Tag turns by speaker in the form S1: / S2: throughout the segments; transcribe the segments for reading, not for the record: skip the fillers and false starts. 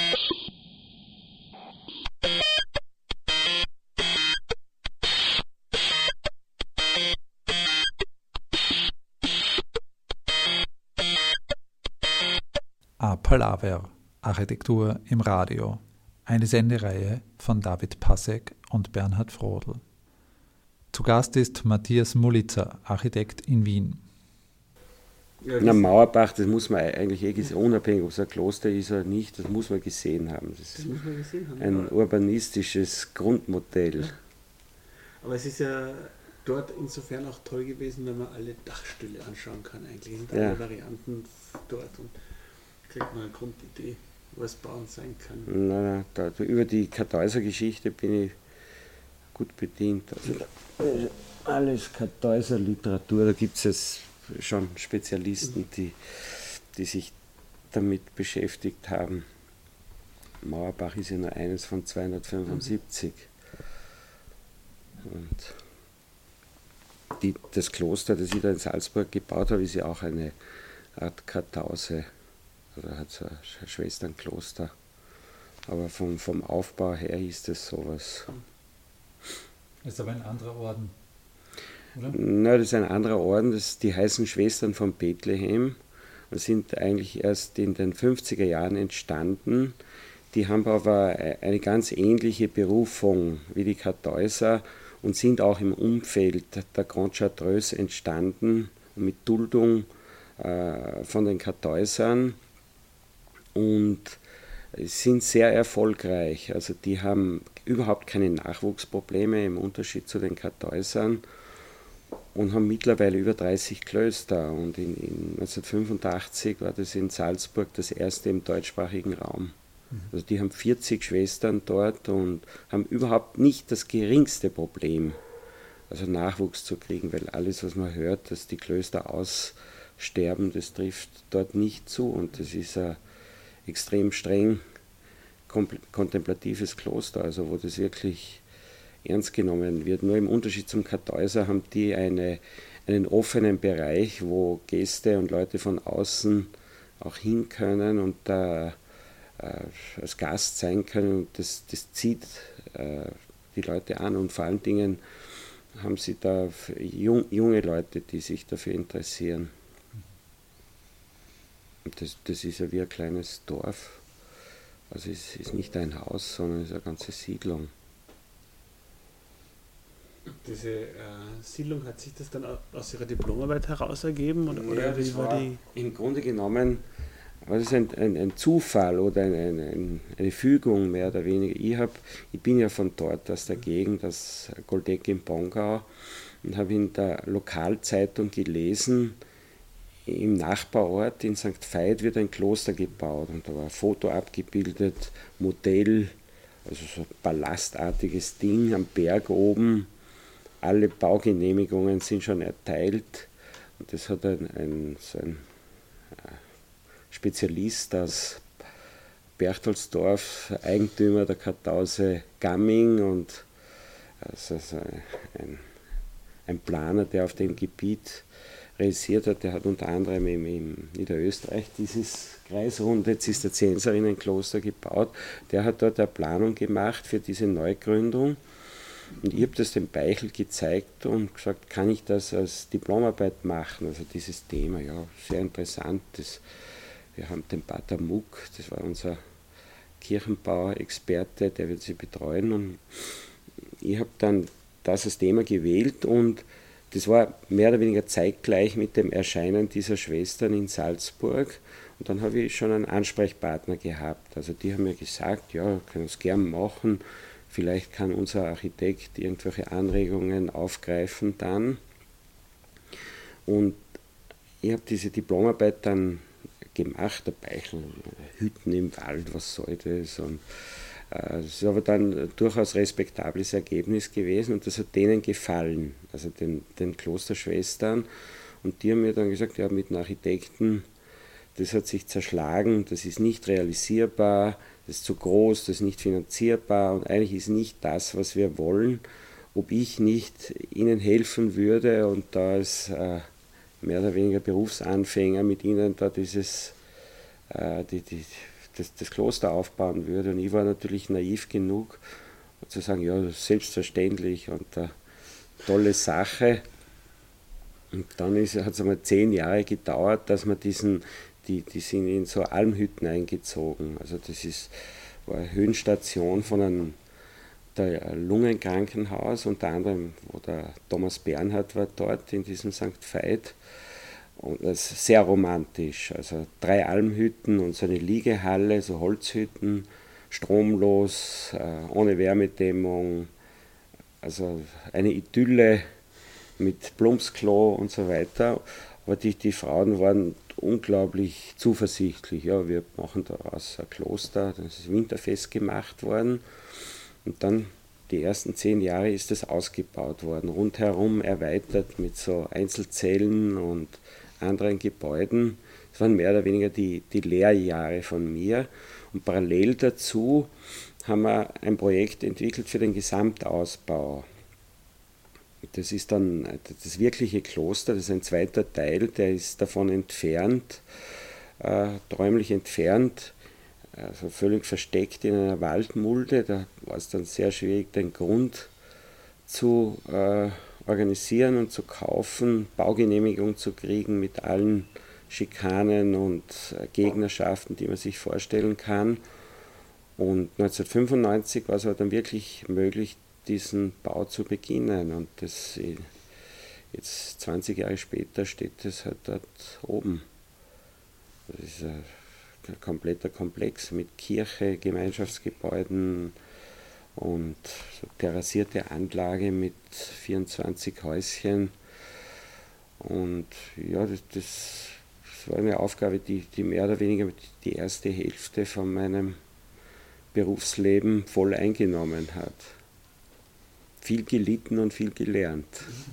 S1: Palaver, Architektur im Radio. Eine Sendereihe von David Passek und Bernhard Frodl. Zu Gast ist Matthias Mulitzer, Architekt in Wien.
S2: Ja, Mauerbach, das muss man eigentlich unabhängig, ob es ein Kloster ist oder nicht, das muss man gesehen haben. Das ist ein urbanistisches Grundmodell.
S3: Ja. Aber es ist ja dort insofern auch toll gewesen, wenn man alle Dachstühle anschauen kann, eigentlich sind alle Varianten dort und kriegt man eine Grundidee, was bauen sein kann.
S2: Nein, über die Kartäuser-Geschichte bin ich gut bedient. Also, alles Kartäuser-Literatur, da gibt es schon Spezialisten, die sich damit beschäftigt haben. Mauerbach ist ja nur eines von 275. Und das Kloster, das ich da in Salzburg gebaut habe, ist ja auch eine Art Kartause. Also hat so ein Schwesternkloster. Aber vom Aufbau her ist es sowas.
S1: Das ist aber ein anderer Orden, oder?
S2: Nein, das ist ein anderer Orden. Die heißen Schwestern von Bethlehem und sind eigentlich erst in den 50er Jahren entstanden. Die haben aber eine ganz ähnliche Berufung wie die Kartäuser und sind auch im Umfeld der Grande Chartreuse entstanden, mit Duldung von den Kartäusern. Und sind sehr erfolgreich. Also die haben überhaupt keine Nachwuchsprobleme im Unterschied zu den Kartäusern und haben mittlerweile über 30 Klöster. Und in 1985 war das in Salzburg das erste im deutschsprachigen Raum. Also die haben 40 Schwestern dort und haben überhaupt nicht das geringste Problem, also Nachwuchs zu kriegen, weil alles, was man hört, dass die Klöster aussterben, das trifft dort nicht zu. Und das ist ein extrem streng kontemplatives Kloster, also wo das wirklich ernst genommen wird. Nur im Unterschied zum Kartäuser haben die einen offenen Bereich, wo Gäste und Leute von außen auch hin können und da als Gast sein können. Und das zieht die Leute an und vor allen Dingen haben sie da junge Leute, die sich dafür interessieren. Das ist ja wie ein kleines Dorf. Also es ist nicht ein Haus, sondern es ist eine ganze Siedlung.
S3: Diese Siedlung, hat sich das dann aus Ihrer Diplomarbeit heraus ergeben?
S2: Oder wie war die? Im Grunde genommen war das ein Zufall oder eine Fügung mehr oder weniger. Ich bin ja von dort, aus der Gegend, aus Goldeck im Pongau, und habe in der Lokalzeitung gelesen, im Nachbarort in St. Veit wird ein Kloster gebaut und da war ein Foto abgebildet, Modell, also so ein palastartiges Ding am Berg oben. Alle Baugenehmigungen sind schon erteilt und das hat ein Spezialist aus Berchtoldsdorf, Eigentümer der Kartause Gamming und also ein Planer, der auf dem Gebiet realisiert hat, der hat unter anderem in Niederösterreich dieses kreisrunde Zisterzienserinnenkloster gebaut. Der hat dort eine Planung gemacht für diese Neugründung und ich habe das dem Beichel gezeigt und gesagt, kann ich das als Diplomarbeit machen, also dieses Thema, ja, sehr interessant. Wir haben den Pater Muck, das war unser Kirchenbauexperte, der wird sie betreuen und ich habe dann das als Thema gewählt und das war mehr oder weniger zeitgleich mit dem Erscheinen dieser Schwestern in Salzburg. Und dann habe ich schon einen Ansprechpartner gehabt. Also die haben mir gesagt, ja, können es gern machen. Vielleicht kann unser Architekt irgendwelche Anregungen aufgreifen dann. Und ich habe diese Diplomarbeit dann gemacht, der Beichel, Hütten im Wald, was soll das? Und das ist aber dann ein durchaus respektables Ergebnis gewesen und das hat denen gefallen, also den Klosterschwestern. Und die haben mir dann gesagt, ja, mit einem Architekten, das hat sich zerschlagen, das ist nicht realisierbar, das ist zu groß, das ist nicht finanzierbar und eigentlich ist nicht das, was wir wollen. Ob ich nicht ihnen helfen würde und da als mehr oder weniger Berufsanfänger mit ihnen da das Kloster aufbauen würde. Und ich war natürlich naiv genug, zu sagen, ja, das ist selbstverständlich und eine tolle Sache. Und dann hat es einmal 10 Jahre gedauert, dass wir die sind in so Almhütten eingezogen. Also war eine Höhenstation von der Lungenkrankenhaus, unter anderem, wo der Thomas Bernhard war dort in diesem St. Veit. Und das ist sehr romantisch. Also 3 Almhütten und so eine Liegehalle, so Holzhütten, stromlos, ohne Wärmedämmung. Also eine Idylle mit Plumpsklo und so weiter. Aber die Frauen waren unglaublich zuversichtlich. Ja, wir machen daraus ein Kloster, das ist winterfest gemacht worden. Und dann die ersten 10 Jahre ist das ausgebaut worden, rundherum erweitert mit so Einzelzellen und anderen Gebäuden. Das waren mehr oder weniger die Lehrjahre von mir. Und parallel dazu haben wir ein Projekt entwickelt für den Gesamtausbau. Das ist dann das wirkliche Kloster, das ist ein zweiter Teil, der ist davon entfernt, räumlich entfernt, also völlig versteckt in einer Waldmulde. Da war es dann sehr schwierig, den Grund zu organisieren und zu kaufen, Baugenehmigung zu kriegen mit allen Schikanen und Gegnerschaften, die man sich vorstellen kann. Und 1995 war es aber dann wirklich möglich, diesen Bau zu beginnen. Und das jetzt 20 Jahre später steht es halt dort oben. Das ist ein kompletter Komplex mit Kirche, Gemeinschaftsgebäuden und so terrassierte Anlage mit 24 Häuschen. Und ja, das war eine Aufgabe, die mehr oder weniger die erste Hälfte von meinem Berufsleben voll eingenommen hat. Viel gelitten und viel gelernt.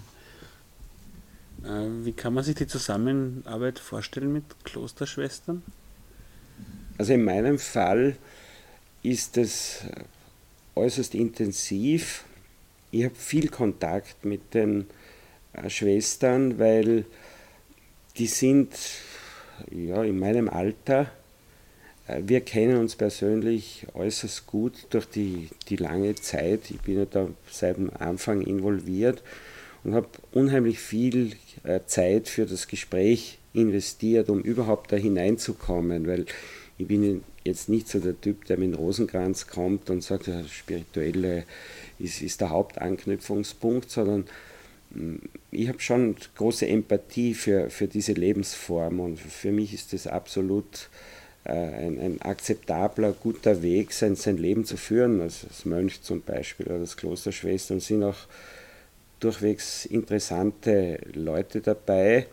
S3: Wie kann man sich die Zusammenarbeit vorstellen mit Klosterschwestern?
S2: Also in meinem Fall ist es äußerst intensiv. Ich habe viel Kontakt mit den Schwestern, weil die sind ja in meinem Alter. Wir kennen uns persönlich äußerst gut durch die lange Zeit. Ich bin ja da seit dem Anfang involviert und habe unheimlich viel Zeit für das Gespräch investiert, um überhaupt da hineinzukommen, weil ich bin jetzt nicht so der Typ, der mit dem Rosenkranz kommt und sagt, das Spirituelle ist der Hauptanknüpfungspunkt, sondern ich habe schon große Empathie für diese Lebensform und für mich ist das absolut ein akzeptabler, guter Weg, sein Leben zu führen, als Mönch zum Beispiel oder als Klosterschwester, und sind auch durchwegs interessante Leute dabei.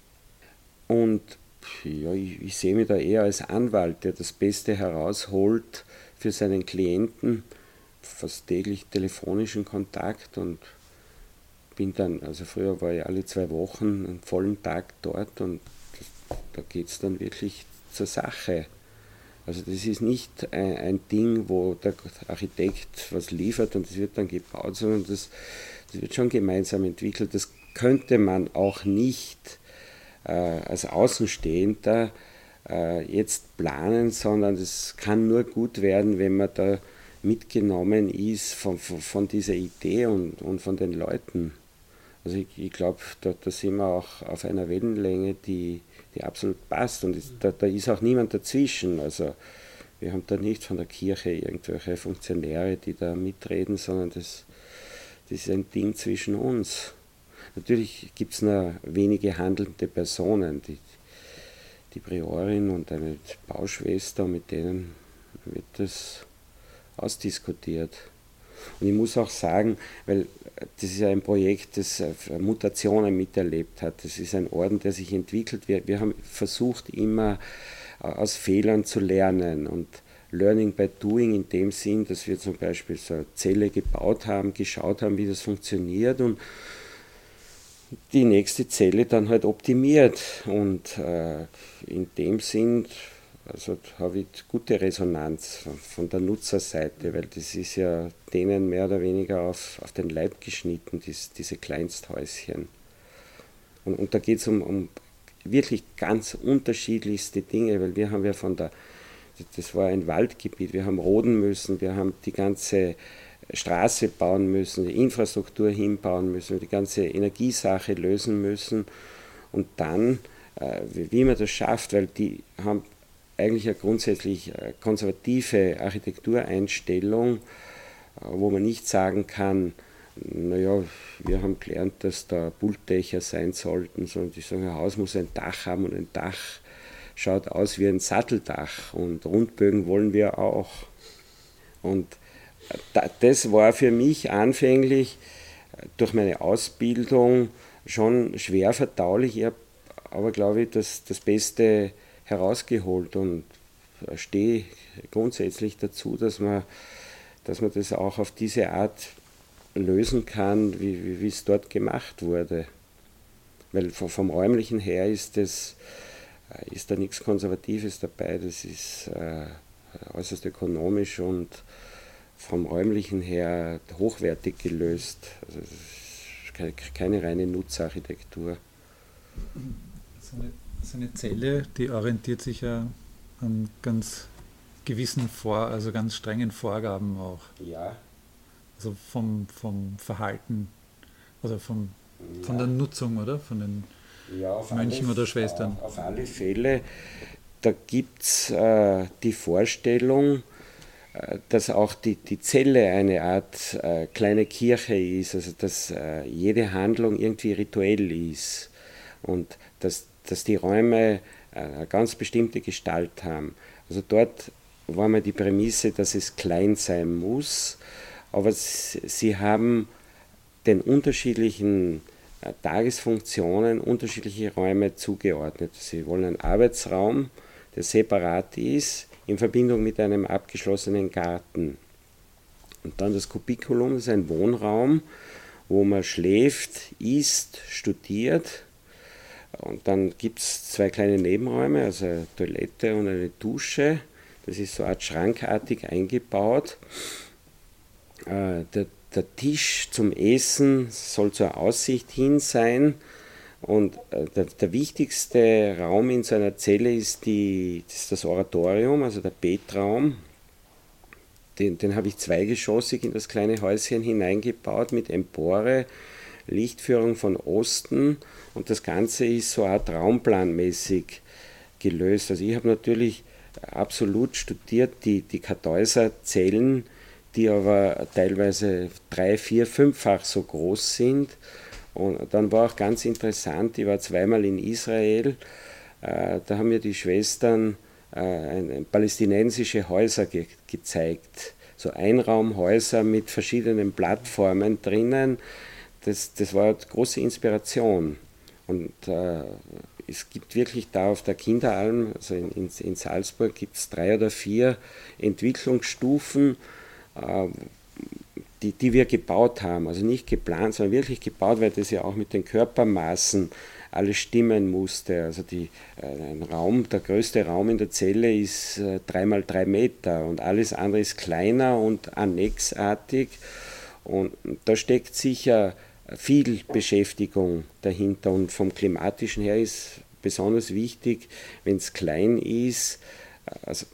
S2: Und ja, ich sehe mich da eher als Anwalt, der das Beste herausholt für seinen Klienten, fast täglich telefonischen Kontakt, und bin dann, also früher war ich alle 2 Wochen einen vollen Tag dort, und da geht es dann wirklich zur Sache. Also das ist nicht ein Ding, wo der Architekt was liefert und es wird dann gebaut, sondern das wird schon gemeinsam entwickelt. Das könnte man auch nicht als Außenstehender jetzt planen, sondern das kann nur gut werden, wenn man da mitgenommen ist von dieser Idee und von den Leuten. Also ich glaube, da sind wir auch auf einer Wellenlänge, die absolut passt, und da ist auch niemand dazwischen. Also wir haben da nicht von der Kirche irgendwelche Funktionäre, die da mitreden, sondern das ist ein Ding zwischen uns. Natürlich gibt es nur wenige handelnde Personen, die Priorin und eine Bauschwester, mit denen wird das ausdiskutiert. Und ich muss auch sagen, weil das ist ja ein Projekt, das Mutationen miterlebt hat. Das ist ein Orden, der sich entwickelt. Wir haben versucht, immer aus Fehlern zu lernen. Und Learning by Doing in dem Sinn, dass wir zum Beispiel so eine Zelle gebaut haben, geschaut haben, wie das funktioniert, und die nächste Zelle dann halt optimiert. Und in dem Sinn, also habe ich gute Resonanz von der Nutzerseite, weil das ist ja denen mehr oder weniger auf den Leib geschnitten, diese Kleinsthäuschen. Und da geht es um wirklich ganz unterschiedlichste Dinge, weil wir haben ja von der das war ein Waldgebiet. Wir haben roden müssen, wir haben die ganze Straße bauen müssen, die Infrastruktur hinbauen müssen, die ganze Energiesache lösen müssen. Und dann, wie man das schafft, weil die haben eigentlich eine grundsätzlich konservative Architektureinstellung, wo man nicht sagen kann, naja, wir haben gelernt, dass da Pultdächer sein sollten, sondern die sagen, ein Haus muss ein Dach haben und ein Dach schaut aus wie ein Satteldach und Rundbögen wollen wir auch. Und das war für mich anfänglich durch meine Ausbildung schon schwer verdaulich. Ich habe aber, glaube ich, das Beste herausgeholt und stehe grundsätzlich dazu, dass man das auch auf diese Art lösen kann, wie es dort gemacht wurde. Weil vom Räumlichen her ist da nichts Konservatives dabei, das ist äußerst ökonomisch und vom Räumlichen her hochwertig gelöst. Also das ist keine reine Nutzarchitektur.
S1: So eine Zelle, die orientiert sich ja an ganz gewissen also ganz strengen Vorgaben auch.
S2: Ja.
S1: Also vom Verhalten, also von der Nutzung, oder? Von den Mönchen oder Schwestern.
S2: Auf alle Fälle. Da gibt es die Vorstellung, dass auch die Zelle eine Art kleine Kirche ist, also dass jede Handlung irgendwie rituell ist und dass die Räume eine ganz bestimmte Gestalt haben. Also dort war mal die Prämisse, dass es klein sein muss, aber sie haben den unterschiedlichen Tagesfunktionen unterschiedliche Räume zugeordnet. Sie wollen einen Arbeitsraum, der separat ist, in Verbindung mit einem abgeschlossenen Garten. Und dann das Kubikulum, das ist ein Wohnraum, wo man schläft, isst, studiert. Und dann gibt es 2 kleine Nebenräume, also eine Toilette und eine Dusche. Das ist so eine Art schrankartig eingebaut. Der Tisch zum Essen soll zur Aussicht hin sein. Und der wichtigste Raum in so einer Zelle ist das Oratorium, also der Betraum. Den habe ich zweigeschossig in das kleine Häuschen hineingebaut mit Empore, Lichtführung von Osten und das Ganze ist so eine Art raumplanmäßig gelöst. Also ich habe natürlich absolut studiert die Kartäuser-Zellen, die aber teilweise 3-, 4-, 5-fach so groß sind. Und dann war auch ganz interessant, ich war 2-mal in Israel, da haben mir die Schwestern palästinensische Häuser gezeigt, so Einraumhäuser mit verschiedenen Plattformen drinnen. Das war eine große Inspiration. Und es gibt wirklich da auf der Kinderalm, also in Salzburg, gibt es 3 oder 4 Entwicklungsstufen, die wir gebaut haben. Also nicht geplant, sondern wirklich gebaut, weil das ja auch mit den Körpermaßen alles stimmen musste. Also der größte Raum in der Zelle ist 3x3 Meter und alles andere ist kleiner und annexartig. Und da steckt sicher viel Beschäftigung dahinter und vom Klimatischen her ist besonders wichtig, wenn es klein ist, also,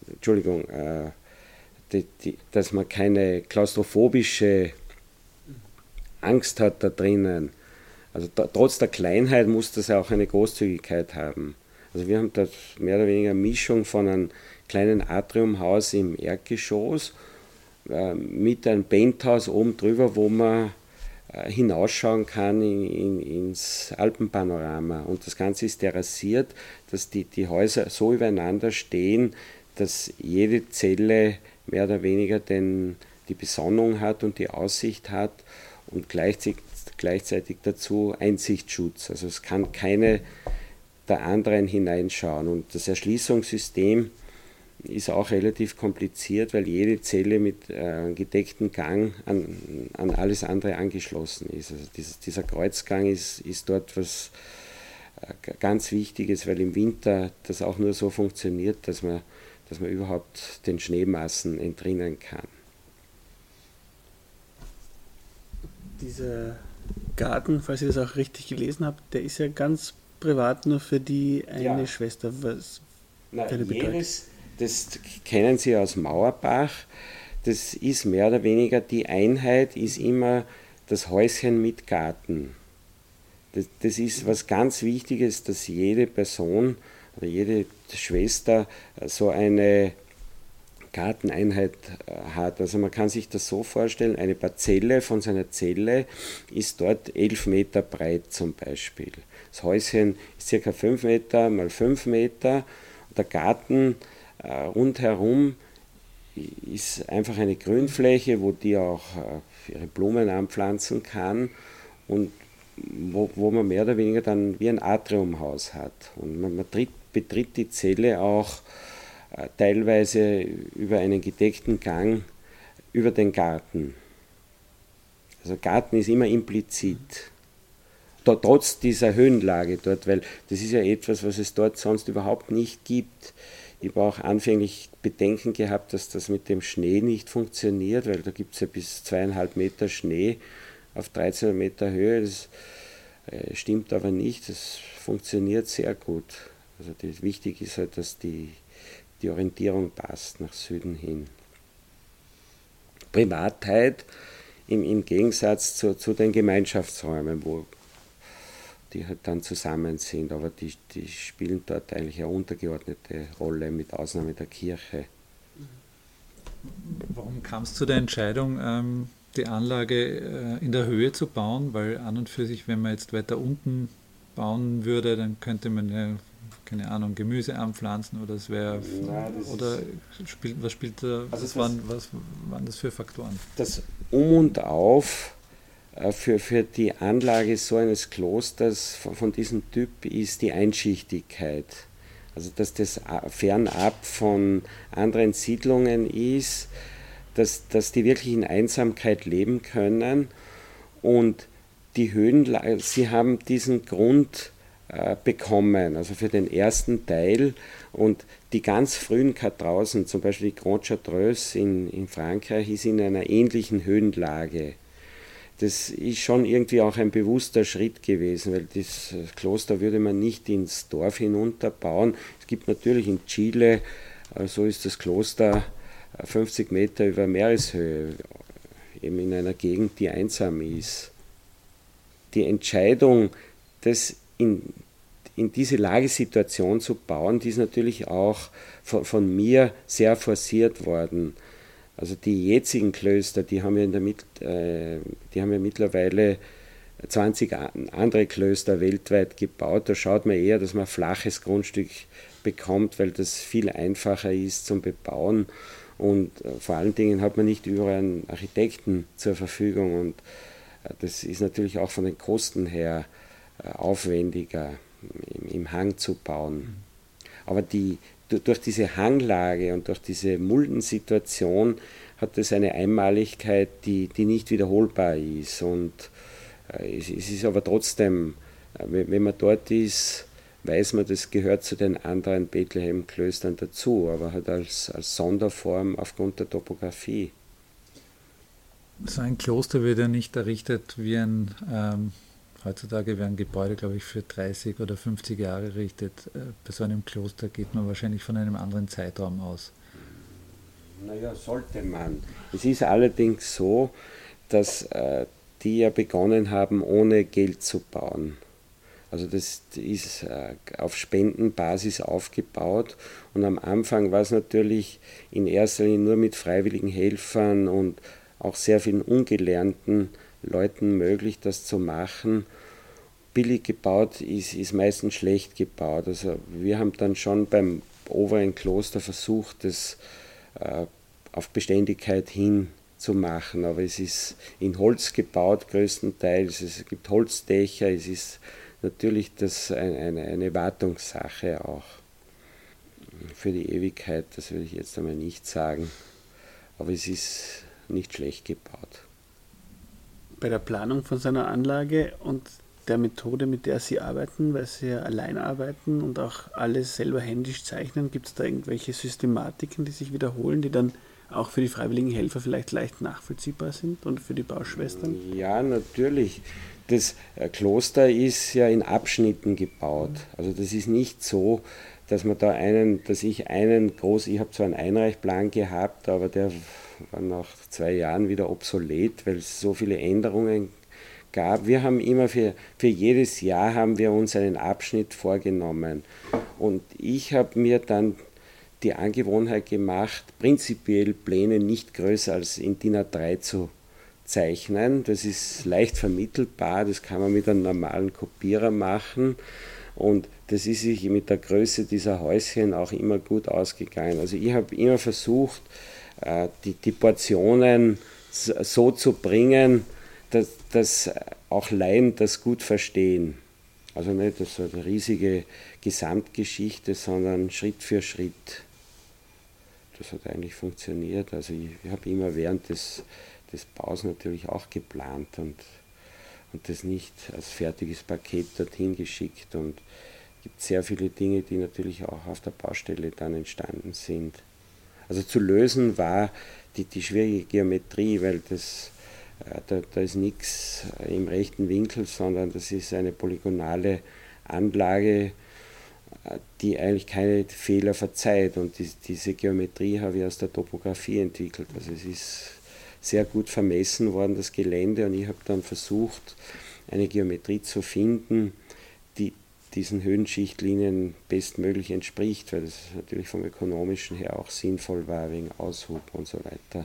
S2: dass man keine klaustrophobische Angst hat da drinnen. Also trotz der Kleinheit muss das auch eine Großzügigkeit haben. Also wir haben da mehr oder weniger eine Mischung von einem kleinen Atriumhaus im Erdgeschoss mit einem Penthouse oben drüber, wo man hinausschauen kann ins Alpenpanorama. Und das Ganze ist terrassiert, dass die Häuser so übereinander stehen, dass jede Zelle mehr oder weniger die Besonnung hat und die Aussicht hat und gleichzeitig dazu Einsichtsschutz. Also es kann keine der anderen hineinschauen. Und das Erschließungssystem ist auch relativ kompliziert, weil jede Zelle mit gedecktem Gang an alles andere angeschlossen ist. Also dieser Kreuzgang ist dort was ganz Wichtiges, weil im Winter das auch nur so funktioniert, dass man überhaupt den Schneemassen entrinnen kann.
S3: Dieser Garten, falls ich das auch richtig gelesen habe, der ist ja ganz privat nur für die eine Schwester. Was
S2: das kennen Sie aus Mauerbach. Das ist mehr oder weniger, die Einheit ist immer das Häuschen mit Garten. Das ist was ganz Wichtiges, dass jede Person oder jede Schwester so eine Garteneinheit hat. Also man kann sich das so vorstellen, eine Parzelle von seiner Zelle ist dort 11 Meter breit zum Beispiel. Das Häuschen ist ca. 5 Meter mal 5 Meter. Der Garten rundherum ist einfach eine Grünfläche, wo die auch ihre Blumen anpflanzen kann und wo man mehr oder weniger dann wie ein Atriumhaus hat. Und man betritt die Zelle auch teilweise über einen gedeckten Gang über den Garten. Also Garten ist immer implizit. Trotz dieser Höhenlage dort, weil das ist ja etwas, was es dort sonst überhaupt nicht gibt. Ich habe auch anfänglich Bedenken gehabt, dass das mit dem Schnee nicht funktioniert, weil da gibt es ja bis 2,5 Meter Schnee auf 13 Meter Höhe. Das stimmt aber nicht, das funktioniert sehr gut. Also wichtig ist halt, dass die Orientierung passt nach Süden hin. Privatheit im Gegensatz zu den Gemeinschaftsräumen, wo die halt dann zusammen sind, aber die spielen dort eigentlich eine untergeordnete Rolle, mit Ausnahme der Kirche.
S1: Warum kam es zu der Entscheidung, die Anlage in der Höhe zu bauen? Weil an und für sich, wenn man jetzt weiter unten bauen würde, dann könnte man ja, keine Ahnung, Gemüse anpflanzen oder es wäre. Was spielt da? Also was waren das für Faktoren?
S2: Das Um und Auf für die Anlage so eines Klosters von diesem Typ ist die Einschichtigkeit. Also dass das fernab von anderen Siedlungen ist, dass die wirklich in Einsamkeit leben können und die Höhenlage, sie haben diesen Grund bekommen, also für den ersten Teil, und die ganz frühen Kartrausen, zum Beispiel die Grande Chartreuse in Frankreich, ist in einer ähnlichen Höhenlage. Das ist schon irgendwie auch ein bewusster Schritt gewesen, weil das Kloster würde man nicht ins Dorf hinunterbauen. Es gibt natürlich in Chile, so ist das Kloster 50 Meter über Meereshöhe, eben in einer Gegend, die einsam ist. Die Entscheidung, das in diese Lagesituation zu bauen, die ist natürlich auch von mir sehr forciert worden. Also die jetzigen Klöster, die haben ja mittlerweile 20 andere Klöster weltweit gebaut. Da schaut man eher, dass man ein flaches Grundstück bekommt, weil das viel einfacher ist zum Bebauen. Und vor allen Dingen hat man nicht überall einen Architekten zur Verfügung. Und das ist natürlich auch von den Kosten her aufwendiger, im Hang zu bauen. Aber durch diese Hanglage und durch diese Muldensituation hat es eine Einmaligkeit, die nicht wiederholbar ist. Und es ist aber trotzdem, wenn man dort ist, weiß man, das gehört zu den anderen Bethlehem-Klöstern dazu, aber halt als Sonderform aufgrund der Topografie.
S1: So ein Kloster wird ja nicht errichtet wie ein, heutzutage werden Gebäude, glaube ich, für 30 oder 50 Jahre errichtet. Bei so einem Kloster geht man wahrscheinlich von einem anderen Zeitraum aus.
S2: Naja, sollte man. Es ist allerdings so, dass die ja begonnen haben, ohne Geld zu bauen. Also das ist auf Spendenbasis aufgebaut und am Anfang war es natürlich in erster Linie nur mit freiwilligen Helfern und auch sehr vielen ungelernten Leuten möglich, das zu machen. Billig gebaut ist meistens schlecht gebaut. Also wir haben dann schon beim oberen Kloster versucht, das auf Beständigkeit hin zu machen, aber es ist in Holz gebaut größtenteils, es gibt Holzdächer, es ist natürlich eine Wartungssache auch für die Ewigkeit, das will ich jetzt einmal nicht sagen, aber es ist nicht schlecht gebaut.
S3: Bei der Planung von seiner Anlage und der Methode, mit der Sie arbeiten, weil Sie ja allein arbeiten und auch alles selber händisch zeichnen, gibt es da irgendwelche Systematiken, die sich wiederholen, die dann auch für die freiwilligen Helfer vielleicht leicht nachvollziehbar sind und für die Bauschwestern?
S2: Ja, natürlich. Das Kloster ist ja in Abschnitten gebaut. Also das ist nicht so, dass ich habe zwar einen Einreichplan gehabt, aber der war nach 2 Jahren wieder obsolet, weil es so viele Änderungen gab. Wir haben immer für jedes Jahr haben wir uns einen Abschnitt vorgenommen. Und ich habe mir dann die Angewohnheit gemacht, prinzipiell Pläne nicht größer als in DIN A3 zu zeichnen. Das ist leicht vermittelbar, das kann man mit einem normalen Kopierer machen. Und das ist sich mit der Größe dieser Häuschen auch immer gut ausgegangen. Also ich habe immer versucht, die Portionen so zu bringen, dass auch Laien das gut verstehen. Also nicht so eine riesige Gesamtgeschichte, sondern Schritt für Schritt. Das hat eigentlich funktioniert. Also ich habe immer während des Baus natürlich auch geplant und das nicht als fertiges Paket dorthin geschickt. Und es gibt sehr viele Dinge, die natürlich auch auf der Baustelle dann entstanden sind. Also zu lösen war die schwierige Geometrie, weil da ist nichts im rechten Winkel, sondern das ist eine polygonale Anlage, die eigentlich keine Fehler verzeiht. Und diese Geometrie habe ich aus der Topografie entwickelt. Also es ist sehr gut vermessen worden, das Gelände, und ich habe dann versucht, eine Geometrie zu finden, die diesen Höhenschichtlinien bestmöglich entspricht, weil das natürlich vom Ökonomischen her auch sinnvoll war, wegen Aushub und so weiter.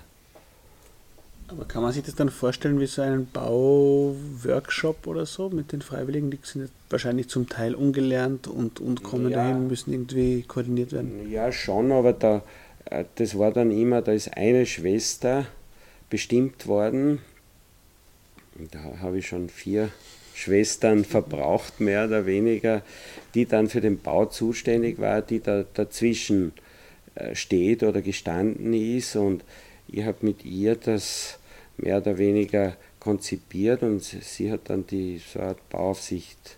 S3: Aber kann man sich das dann vorstellen wie so einen Bauworkshop oder so mit den Freiwilligen? Die sind wahrscheinlich zum Teil ungelernt und kommen dahin, müssen irgendwie koordiniert werden.
S2: Ja, schon, aber das war dann immer, da ist eine Schwester bestimmt worden. Da habe ich schon 4 Schwestern verbraucht, mehr oder weniger, die dann für den Bau zuständig war, die da dazwischen steht oder gestanden ist, und ich habe mit ihr das mehr oder weniger konzipiert, und sie hat dann so eine Art Bauaufsicht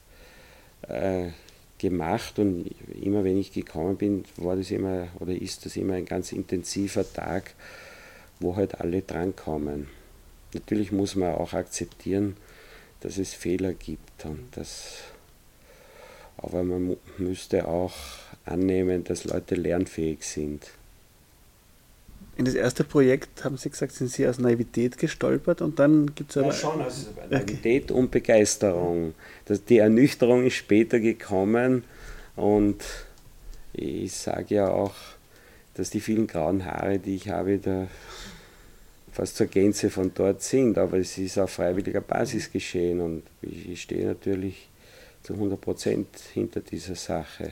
S2: gemacht, und immer wenn ich gekommen bin, ist das immer ein ganz intensiver Tag, wo halt alle drankommen. Natürlich muss man auch akzeptieren, dass es Fehler gibt, aber man müsste auch annehmen, dass Leute lernfähig sind.
S3: In das erste Projekt, haben Sie gesagt, sind Sie aus Naivität gestolpert, und dann gibt es aber...
S2: Ja, schon aus Naivität und Begeisterung. Die Ernüchterung ist später gekommen, und ich sage ja auch, dass die vielen grauen Haare, die ich habe, da fast zur Gänze von dort sind, aber es ist auf freiwilliger Basis geschehen, und ich stehe natürlich zu 100% hinter dieser Sache.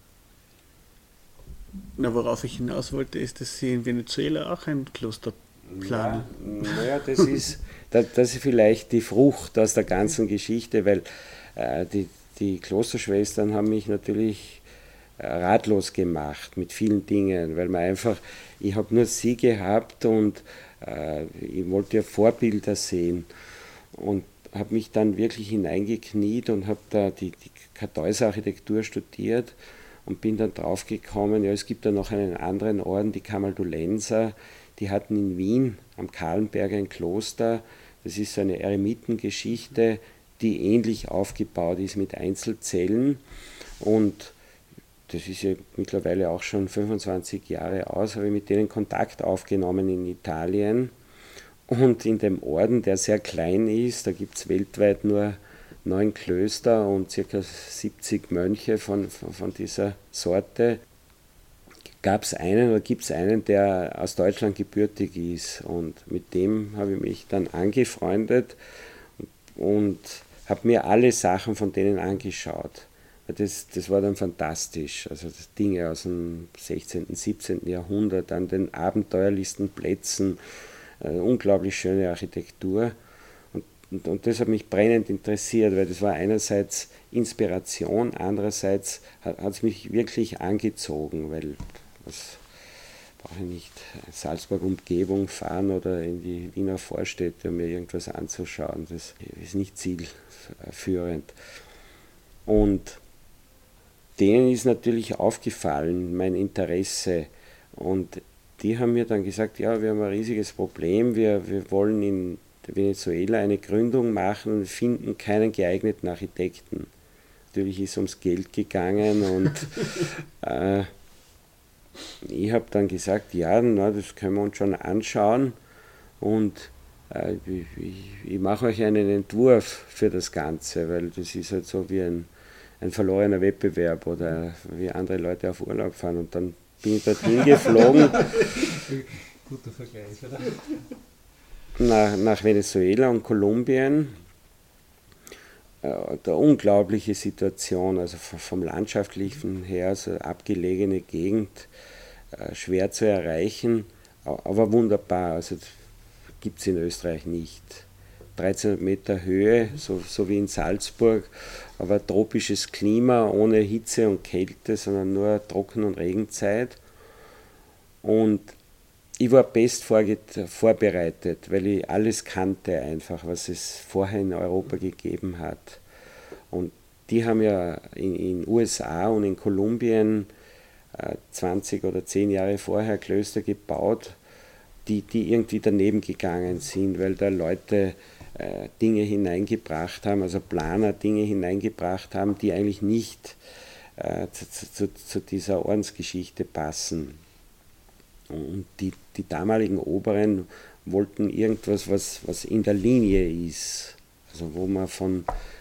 S3: Na, worauf ich hinaus wollte, ist, dass Sie in Venezuela auch ein Kloster planen.
S2: Ja, das ist vielleicht die Frucht aus der ganzen Geschichte, weil die Klosterschwestern haben mich natürlich ratlos gemacht mit vielen Dingen, weil ich habe nur sie gehabt, und ich wollte ja Vorbilder sehen, und habe mich dann wirklich hineingekniet und habe da die Kartäuserarchitektur studiert und bin dann draufgekommen, ja, es gibt da noch einen anderen Orden, die Camaldulenser, die hatten in Wien am Kahlenberg ein Kloster, das ist so eine Eremitengeschichte, die ähnlich aufgebaut ist mit Einzelzellen, und das ist ja mittlerweile auch schon 25 Jahre aus, habe ich mit denen Kontakt aufgenommen in Italien, und in dem Orden, der sehr klein ist, da gibt es weltweit nur 9 Klöster und ca. 70 Mönche von dieser Sorte, gibt es einen, der aus Deutschland gebürtig ist, und mit dem habe ich mich dann angefreundet und habe mir alle Sachen von denen angeschaut. Das war dann fantastisch, also das Dinge aus dem 16., 17. Jahrhundert an den abenteuerlichsten Plätzen, unglaublich schöne Architektur, und das hat mich brennend interessiert, weil das war einerseits Inspiration, andererseits hat es mich wirklich angezogen, weil das brauche ich nicht Salzburg-Umgebung fahren oder in die Wiener Vorstädte, um mir irgendwas anzuschauen, das ist nicht zielführend. Und denen ist natürlich aufgefallen, mein Interesse, und die haben mir dann gesagt, ja, wir haben ein riesiges Problem, wir wollen in Venezuela eine Gründung machen und finden keinen geeigneten Architekten. natürlich ist es ums Geld gegangen und ich habe dann gesagt, ja, na, das können wir uns schon anschauen und ich mache euch einen Entwurf für das Ganze, weil das ist halt so wie ein verlorener Wettbewerb oder wie andere Leute auf Urlaub fahren und dann bin ich dorthin geflogen.
S1: Guter Vergleich, oder?
S2: Nach Venezuela und Kolumbien. Eine unglaubliche Situation, also vom Landschaftlichen her, so eine abgelegene Gegend, schwer zu erreichen, aber wunderbar. Also gibt es in Österreich nicht. 1300 Meter Höhe, so wie in Salzburg, aber tropisches Klima ohne Hitze und Kälte, sondern nur Trocken- und Regenzeit. Und ich war best vorbereitet, weil ich alles kannte einfach, was es vorher in Europa gegeben hat. Und die haben ja in USA und in Kolumbien 20 oder 10 Jahre vorher Klöster gebaut, die irgendwie daneben gegangen sind, weil da Leute Dinge hineingebracht haben, also Planer Dinge hineingebracht haben, die eigentlich nicht zu dieser Ordensgeschichte passen. Und die damaligen Oberen wollten irgendwas, was in der Linie ist, also wo man von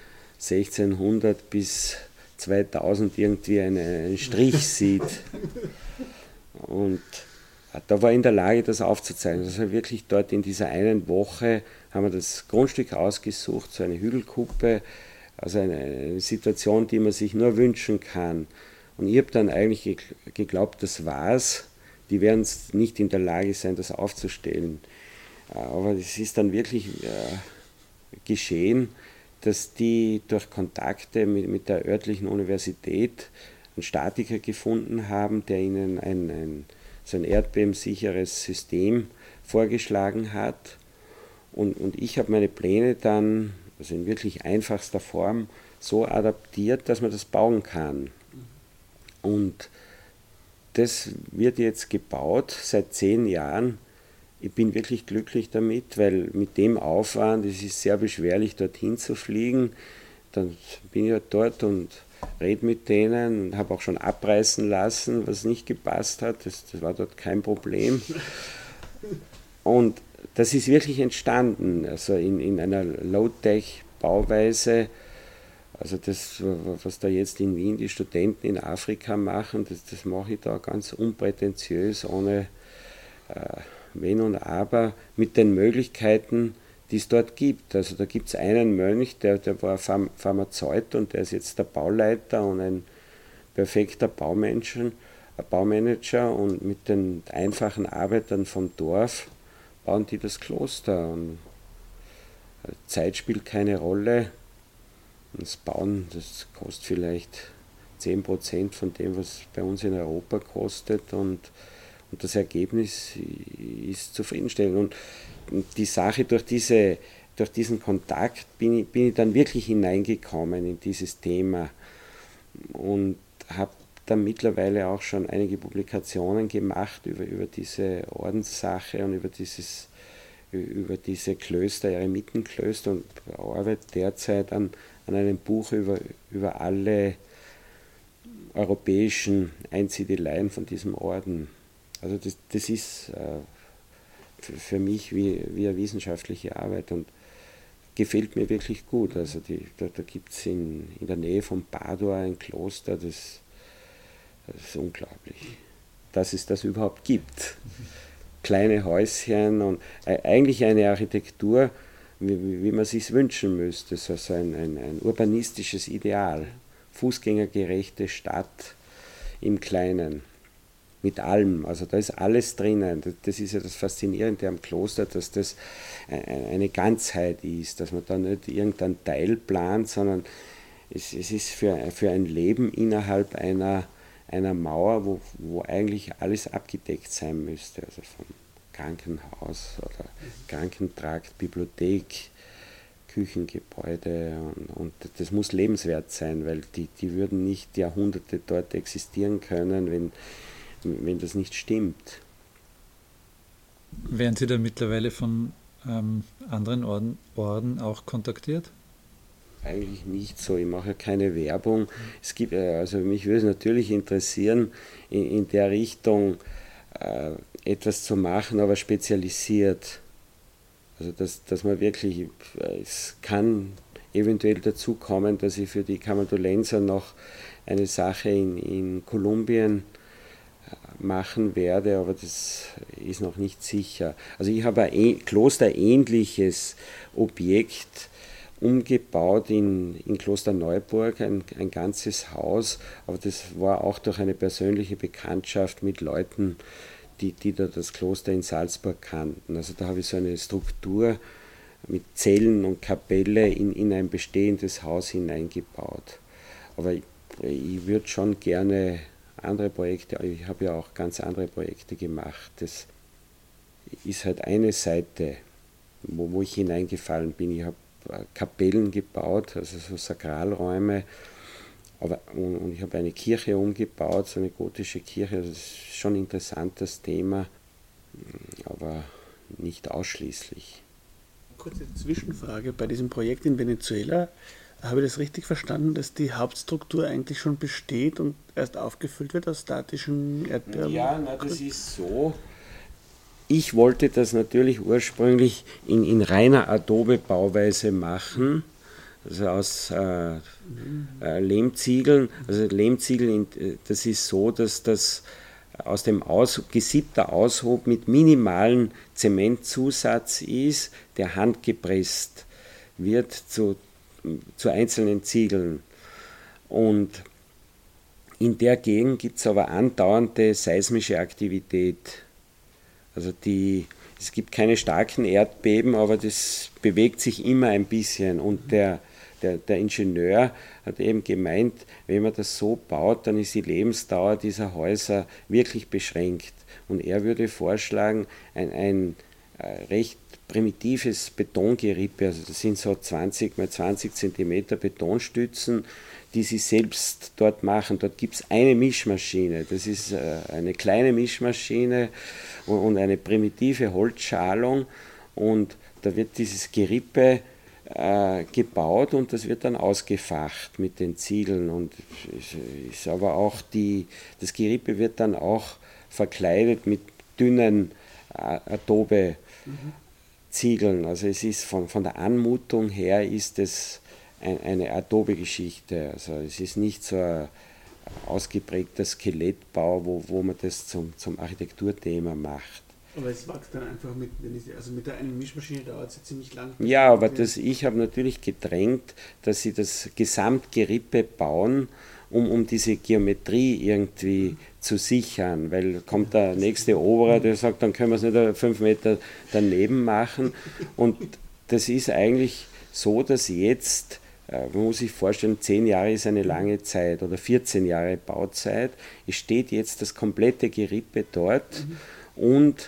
S2: 1600 bis 2000 irgendwie einen Strich sieht. Und da war ich in der Lage, das aufzuzeichnen. Also wirklich dort in dieser einen Woche haben wir das Grundstück ausgesucht, so eine Hügelkuppe, also eine Situation, die man sich nur wünschen kann. Und ich habe dann eigentlich geglaubt, das war's. Die werden nicht in der Lage sein, das aufzustellen. Aber es ist dann wirklich geschehen, dass die durch Kontakte mit der örtlichen Universität einen Statiker gefunden haben, der ihnen so ein erdbebensicheres System vorgeschlagen hat. Und ich habe meine Pläne dann, also in wirklich einfachster Form, so adaptiert, dass man das bauen kann. Und das wird jetzt gebaut seit 10 Jahren. Ich bin wirklich glücklich damit, weil mit dem Aufwand, es ist sehr beschwerlich, dorthin zu fliegen. Dann bin ich halt dort und rede mit denen und habe auch schon abreißen lassen, was nicht gepasst hat. Das war dort kein Problem. Und das ist wirklich entstanden, also in einer Low-Tech-Bauweise. Also das, was da jetzt in Wien die Studenten in Afrika machen, das mache ich da ganz unprätentiös, ohne Wenn und Aber, mit den Möglichkeiten, die es dort gibt. Also da gibt es einen Mönch, der war Pharmazeut und der ist jetzt der Bauleiter und ein perfekter Baumanager und mit den einfachen Arbeitern vom Dorf bauen die das Kloster. Und Zeit spielt keine Rolle. Das Bauen, das kostet vielleicht 10% von dem, was bei uns in Europa kostet und das Ergebnis ist zufriedenstellend. Und die Sache, durch diesen Kontakt bin ich dann wirklich hineingekommen in dieses Thema und habe dann mittlerweile auch schon einige Publikationen gemacht über diese Ordenssache und über diese Klöster, Eremitenklöster und arbeite derzeit an einem Buch über alle europäischen Einsiedeleien von diesem Orden. Also das ist für mich wie eine wissenschaftliche Arbeit und gefällt mir wirklich gut. Also da gibt es in der Nähe von Padua ein Kloster, das ist unglaublich, dass es das überhaupt gibt. Kleine Häuschen und eigentlich eine Architektur, wie man sich wünschen müsste, so ein urbanistisches Ideal, fußgängergerechte Stadt im Kleinen, mit allem, also da ist alles drinnen. Das ist ja das Faszinierende am Kloster, dass das eine Ganzheit ist, dass man da nicht irgendeinen Teil plant, sondern es ist für ein Leben innerhalb einer Mauer, wo eigentlich alles abgedeckt sein müsste, also vom Krankenhaus oder Krankentrakt, Bibliothek, Küchengebäude und das muss lebenswert sein, weil die würden nicht Jahrhunderte dort existieren können, wenn das nicht stimmt.
S1: Werden Sie da mittlerweile von anderen Orden auch kontaktiert?
S2: eigentlich nicht so. Ich mache ja keine Werbung. Es gibt, also mich würde es natürlich interessieren, in der Richtung etwas zu machen, aber spezialisiert. Also dass man wirklich, es kann eventuell dazu kommen, dass ich für die Camaldulenser noch eine Sache in Kolumbien machen werde, aber das ist noch nicht sicher. Also ich habe ein klosterähnliches Objekt umgebaut in Klosterneuburg, ein ganzes Haus, aber das war auch durch eine persönliche Bekanntschaft mit Leuten, die da das Kloster in Salzburg kannten. Also da habe ich so eine Struktur mit Zellen und Kapelle in ein bestehendes Haus hineingebaut. Aber ich würde schon gerne andere Projekte, ich habe ja auch ganz andere Projekte gemacht. Das ist halt eine Seite, wo ich hineingefallen bin. Ich habe Kapellen gebaut, also so Sakralräume, und ich habe eine Kirche umgebaut, so eine gotische Kirche. Das ist schon ein interessantes Thema, aber nicht ausschließlich.
S3: Kurze Zwischenfrage: Bei diesem Projekt in Venezuela, habe ich das richtig verstanden, dass die Hauptstruktur eigentlich schon besteht und erst aufgefüllt wird aus statischen Erdbeeren?
S2: Ja, das ist so. Ich wollte das natürlich ursprünglich in reiner Adobe-Bauweise machen, also aus Lehmziegeln. Also Lehmziegel, das ist so, dass das aus dem gesiebter Aushub mit minimalem Zementzusatz ist, der handgepresst wird zu einzelnen Ziegeln. Und in der Gegend gibt es aber andauernde seismische Aktivität. Also es gibt keine starken Erdbeben, aber das bewegt sich immer ein bisschen. Und der Ingenieur hat eben gemeint, wenn man das so baut, dann ist die Lebensdauer dieser Häuser wirklich beschränkt. Und er würde vorschlagen, ein recht primitives Betongerippe, also das sind so 20 x 20 cm Betonstützen, die sie selbst dort machen. Dort gibt es eine Mischmaschine, das ist eine kleine Mischmaschine und eine primitive Holzschalung, und da wird dieses Gerippe gebaut und das wird dann ausgefacht mit den Ziegeln, und ist aber auch das Gerippe wird dann auch verkleidet mit dünnen Adobe Ziegeln. Also es ist von der Anmutung her ist es eine Adobe-Geschichte. Also es ist nicht so ein ausgeprägter Skelettbau, wo man das zum Architekturthema macht.
S3: Aber es wächst dann einfach mit der einen Mischmaschine dauert es ja ziemlich lang.
S2: Ja, aber ich habe natürlich gedrängt, dass sie das Gesamtgerippe bauen, um diese Geometrie irgendwie zu sichern, weil kommt der nächste Oberer, der sagt, dann können wir es nicht 5 Meter daneben machen, und das ist eigentlich so, dass jetzt, man muss sich vorstellen, 10 Jahre ist eine lange Zeit oder 14 Jahre Bauzeit, es steht jetzt das komplette Gerippe dort und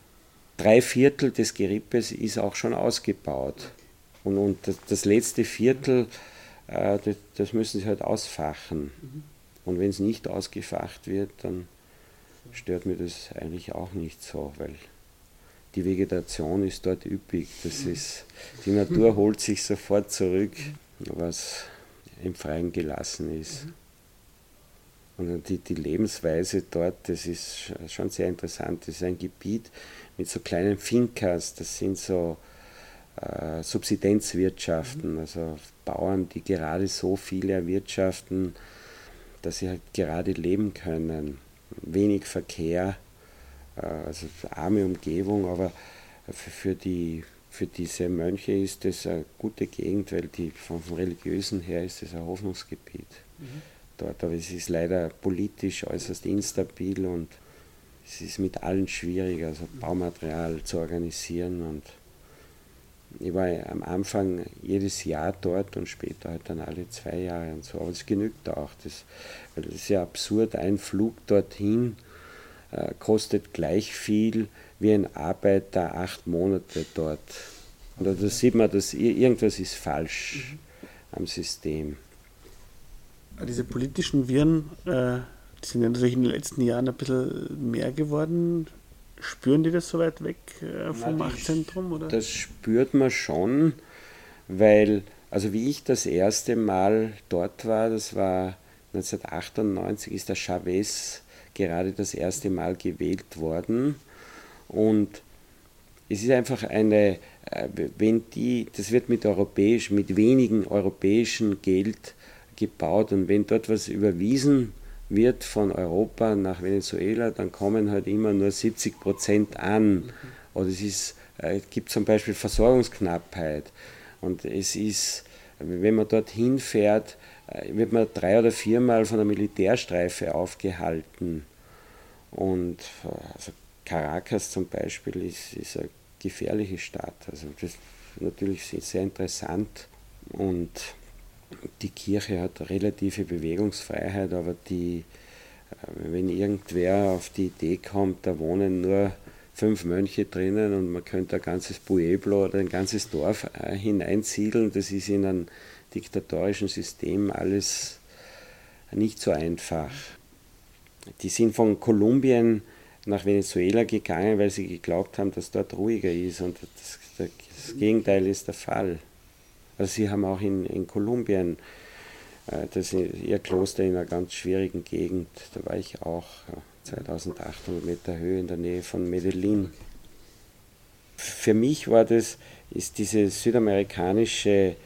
S2: 3/4 des Gerippes ist auch schon ausgebaut, und das letzte Viertel, das müssen sie halt ausfachen. Und wenn es nicht ausgefacht wird, dann stört mir das eigentlich auch nicht so, weil die Vegetation ist dort üppig. Die Natur holt sich sofort zurück, was im Freien gelassen ist. Und die Lebensweise dort, das ist schon sehr interessant. Das ist ein Gebiet mit so kleinen Fincas, das sind so Subsistenzwirtschaften, also Bauern, die gerade so viel erwirtschaften, dass sie halt gerade leben können. Wenig Verkehr, also arme Umgebung, aber für diese Mönche ist das eine gute Gegend, weil vom Religiösen her ist das ein Hoffnungsgebiet dort. Aber es ist leider politisch äußerst instabil und es ist mit allen schwierig, also Baumaterial zu organisieren. Und ich war am Anfang jedes Jahr dort und später halt dann alle 2 Jahre und so. Aber es genügt auch, weil das ist ja absurd. Ein Flug dorthin kostet gleich viel wie ein Arbeiter 8 Monate dort. Und da sieht man, dass irgendwas ist falsch am System.
S3: Diese politischen Viren, die sind ja natürlich in den letzten Jahren ein bisschen mehr geworden. Spüren die das so weit weg vom Machtzentrum? Oder?
S2: Das spürt man schon, weil Also wie ich das erste Mal dort war, das war 1998, ist der Chavez gerade das erste Mal gewählt worden. Und es ist einfach das wird mit wenigen europäischen Geld gebaut, und wenn dort was überwiesen wird von Europa nach Venezuela, dann kommen halt immer nur 70% an. Oder es gibt zum Beispiel Versorgungsknappheit. Und es ist, wenn man dorthin fährt, wird man 3- oder 4-mal von der Militärstreife aufgehalten. Und also Caracas zum Beispiel ist eine gefährliche Stadt. Also das ist natürlich sehr interessant, und die Kirche hat relative Bewegungsfreiheit, aber wenn irgendwer auf die Idee kommt, da wohnen nur 5 Mönche drinnen und man könnte ein ganzes Pueblo oder ein ganzes Dorf hineinsiedeln, das ist in einem diktatorischen System alles nicht so einfach. Die sind von Kolumbien nach Venezuela gegangen, weil sie geglaubt haben, dass dort ruhiger ist, und das Gegenteil ist der Fall. Also sie haben auch in Kolumbien ihr Kloster in einer ganz schwierigen Gegend, da war ich auch 2800 Meter Höhe in der Nähe von Medellin. Für mich ist diese südamerikanische,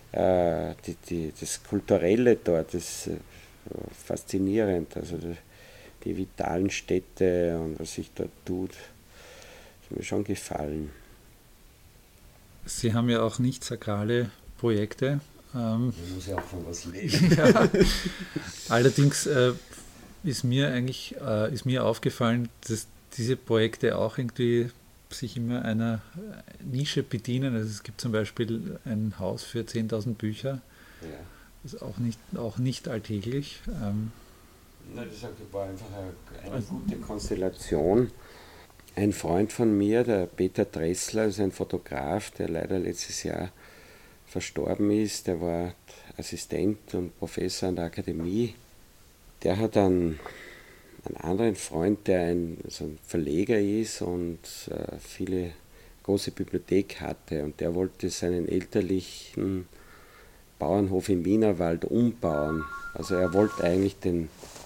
S2: das Kulturelle dort, das faszinierend, also die vitalen Städte und was sich dort tut, das hat mir schon gefallen.
S1: Sie haben ja auch nicht sakrale Projekte.
S2: Man muss ja auch von was leben.
S1: Ja. Allerdings ist mir aufgefallen, dass diese Projekte auch irgendwie sich immer einer Nische bedienen. Also es gibt zum Beispiel ein Haus für 10.000 Bücher.
S2: Ja.
S1: Das ist auch nicht alltäglich.
S2: Das war einfach eine gute Konstellation. Ein Freund von mir, der Peter Dressler, ist ein Fotograf, der leider letztes Jahr verstorben ist. Der war Assistent und Professor an der Akademie. Der hat einen anderen Freund, der ein Verleger ist und viele große Bibliothek hatte. Und der wollte seinen elterlichen Bauernhof im Wienerwald umbauen. Also er wollte eigentlich den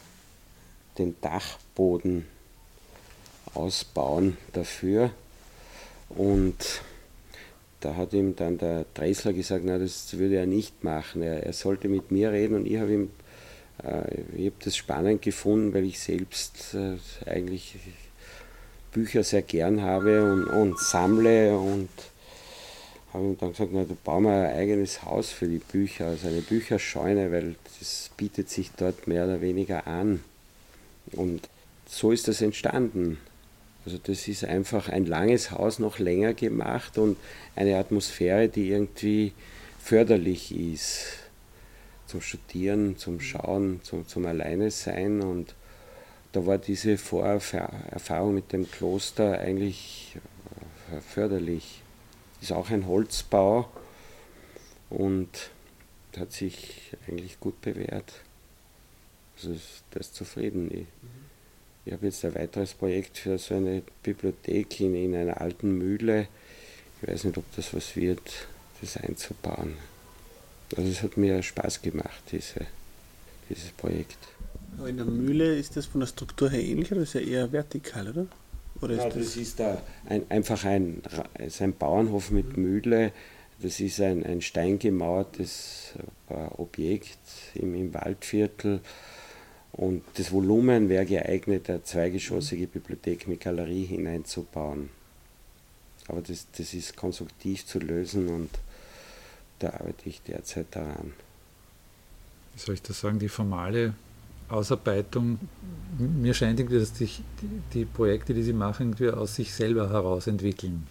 S2: Dachboden ausbauen dafür, und da hat ihm dann der Dressler gesagt, na, das würde er nicht machen, er sollte mit mir reden, und ich habe das spannend gefunden, weil ich selbst eigentlich Bücher sehr gern habe und sammle, und habe ihm dann gesagt, na, da bauen wir ein eigenes Haus für die Bücher, also eine Bücherscheune, weil das bietet sich dort mehr oder weniger an. Und so ist das entstanden. Also das ist einfach ein langes Haus noch länger gemacht und eine Atmosphäre, die irgendwie förderlich ist zum Studieren, zum Schauen, zum Alleine sein. Und da war diese Vorerfahrung mit dem Kloster eigentlich förderlich. Ist auch ein Holzbau und hat sich eigentlich gut bewährt. Also das ist zufrieden. Ich habe jetzt ein weiteres Projekt für so eine Bibliothek in einer alten Mühle. Ich weiß nicht, ob das was wird, das einzubauen. Also es hat mir Spaß gemacht, dieses Projekt.
S3: Aber in der Mühle ist das von der Struktur her ähnlich, oder ist ja eher vertikal, oder?
S2: Das ist einfach ein Bauernhof mit Mühle. Das ist ein steingemauertes Objekt im Waldviertel. Und das Volumen wäre geeignet, eine zweigeschossige Bibliothek mit Galerie hineinzubauen. Aber das ist konstruktiv zu lösen, und da arbeite ich derzeit daran.
S1: Wie soll ich das sagen, die formale Ausarbeitung, mir scheint irgendwie, dass die Projekte, die Sie machen, irgendwie aus sich selber heraus entwickeln.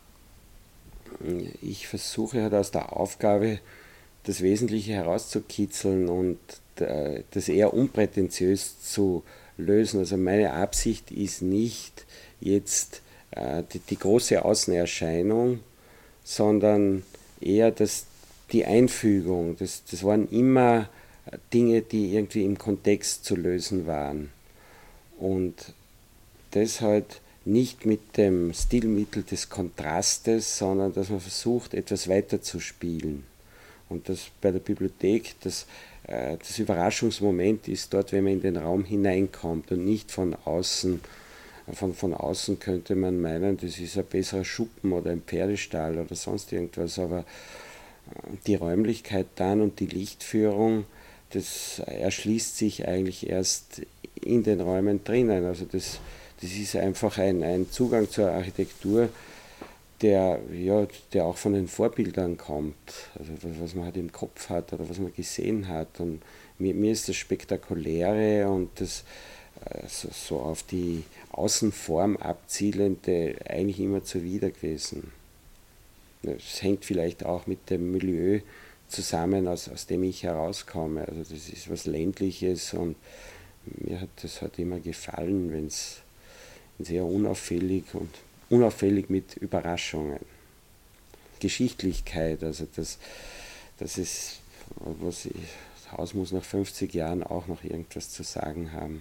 S2: Ich versuche halt aus der Aufgabe das Wesentliche herauszukitzeln und das eher unprätentiös zu lösen. Also meine Absicht ist nicht jetzt die große Außenerscheinung, sondern eher die Einfügung. Das waren immer Dinge, die irgendwie im Kontext zu lösen waren. Und das halt nicht mit dem Stilmittel des Kontrastes, sondern dass man versucht, etwas weiterzuspielen. Und das bei der Bibliothek, das Überraschungsmoment ist dort, wenn man in den Raum hineinkommt und nicht von außen. Von außen könnte man meinen, das ist ein besserer Schuppen oder ein Pferdestall oder sonst irgendwas, aber die Räumlichkeit dann und die Lichtführung, das erschließt sich eigentlich erst in den Räumen drinnen. Also das ist einfach ein Zugang zur Architektur, der auch von den Vorbildern kommt, also was man halt im Kopf hat oder was man gesehen hat. Und mir ist das Spektakuläre und das so auf die Außenform abzielende eigentlich immer zuwider gewesen. Es hängt vielleicht auch mit dem Milieu zusammen, aus dem ich herauskomme. Also das ist was Ländliches und mir hat das halt immer gefallen, wenn es eher unauffällig mit Überraschungen. Geschichtlichkeit, also das ist, das Haus muss nach 50 Jahren auch noch irgendwas zu sagen haben.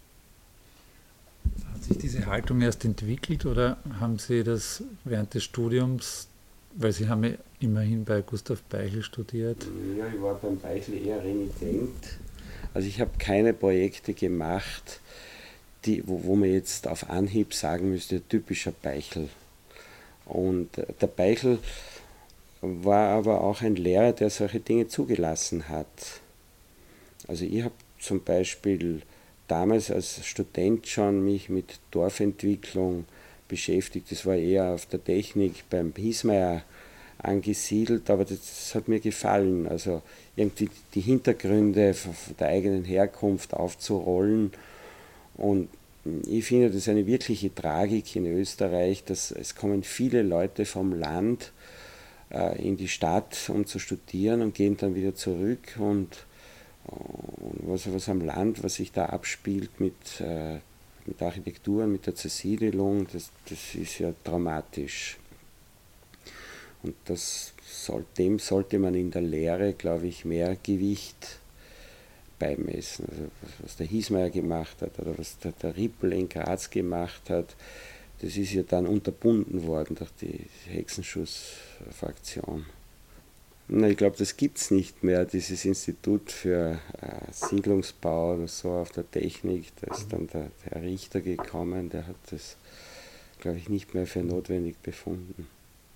S1: Hat sich diese Haltung erst entwickelt oder haben Sie das während des Studiums, weil Sie haben ja immerhin bei Gustav Beichel studiert?
S2: Ja, ich war beim Beichel eher renitent. Also ich habe keine Projekte gemacht, wo man jetzt auf Anhieb sagen müsste, typischer Beichel. Und der Beichel war aber auch ein Lehrer, der solche Dinge zugelassen hat. Also ich habe zum Beispiel damals als Student schon mich mit Dorfentwicklung beschäftigt. Das war eher auf der Technik beim Hiesmeier angesiedelt, aber das hat mir gefallen. Also irgendwie die Hintergründe der eigenen Herkunft aufzurollen. Und ich finde das eine wirkliche Tragik in Österreich, dass es kommen viele Leute vom Land in die Stadt, um zu studieren und gehen dann wieder zurück und was am Land, was sich da abspielt mit Architektur, mit der Zersiedelung, das ist ja dramatisch. Und dem sollte man in der Lehre, glaube ich, mehr Gewicht beimessen. Also was der Hiesmeier gemacht hat oder was der Rippel in Graz gemacht hat, das ist ja dann unterbunden worden durch die Hexenschussfraktion. Ich glaube, das gibt es nicht mehr, dieses Institut für Siedlungsbau oder so auf der Technik. Da ist dann der Herr Richter gekommen, der hat das, glaube ich, nicht mehr für notwendig befunden.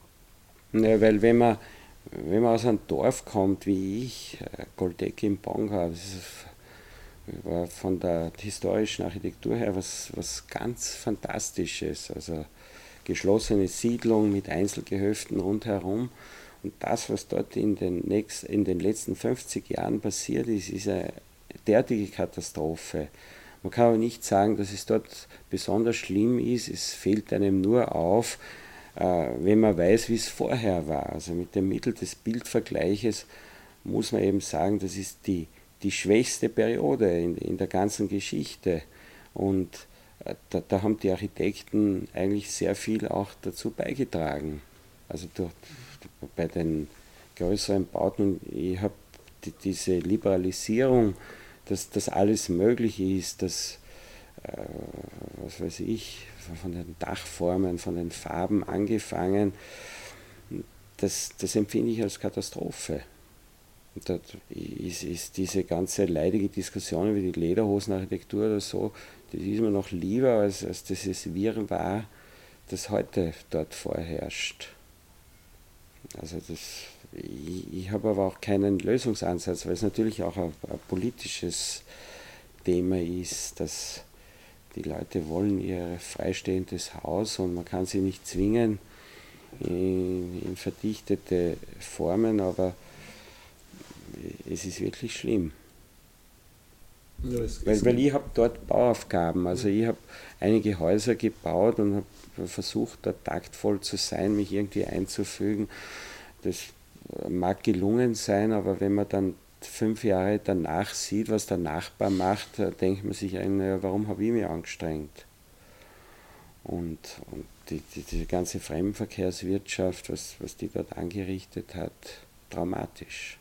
S2: Weil wenn man aus einem Dorf kommt wie ich, Goldeck im Bongau, das war von der historischen Architektur her was ganz Fantastisches. Also geschlossene Siedlung mit Einzelgehöften rundherum. Und das, was dort in den letzten 50 Jahren passiert ist eine derartige Katastrophe. Man kann aber nicht sagen, dass es dort besonders schlimm ist. Es fällt einem nur auf, wenn man weiß, wie es vorher war. Also mit dem Mittel des Bildvergleiches muss man eben sagen, das ist die schwächste Periode in der ganzen Geschichte. Und da haben die Architekten eigentlich sehr viel auch dazu beigetragen. Also bei den größeren Bauten, ich habe diese Liberalisierung, dass das alles möglich ist, dass, was weiß ich, von den Dachformen, von den Farben angefangen, das empfinde ich als Katastrophe. Und da ist diese ganze leidige Diskussion über die Lederhosenarchitektur oder so, das ist mir noch lieber als dieses Wirrwarr, das heute dort vorherrscht. Also ich habe aber auch keinen Lösungsansatz, weil es natürlich auch ein politisches Thema ist, dass die Leute wollen ihr freistehendes Haus und man kann sie nicht zwingen in verdichtete Formen, aber es ist wirklich schlimm. Ja, weil ich habe dort Bauaufgaben, also ich habe einige Häuser gebaut und habe versucht, dort taktvoll zu sein, mich irgendwie einzufügen. Das mag gelungen sein, aber wenn man dann 5 Jahre danach sieht, was der Nachbar macht, denkt man sich eigentlich, warum habe ich mich angestrengt? Und diese ganze Fremdenverkehrswirtschaft, was die dort angerichtet hat, dramatisch.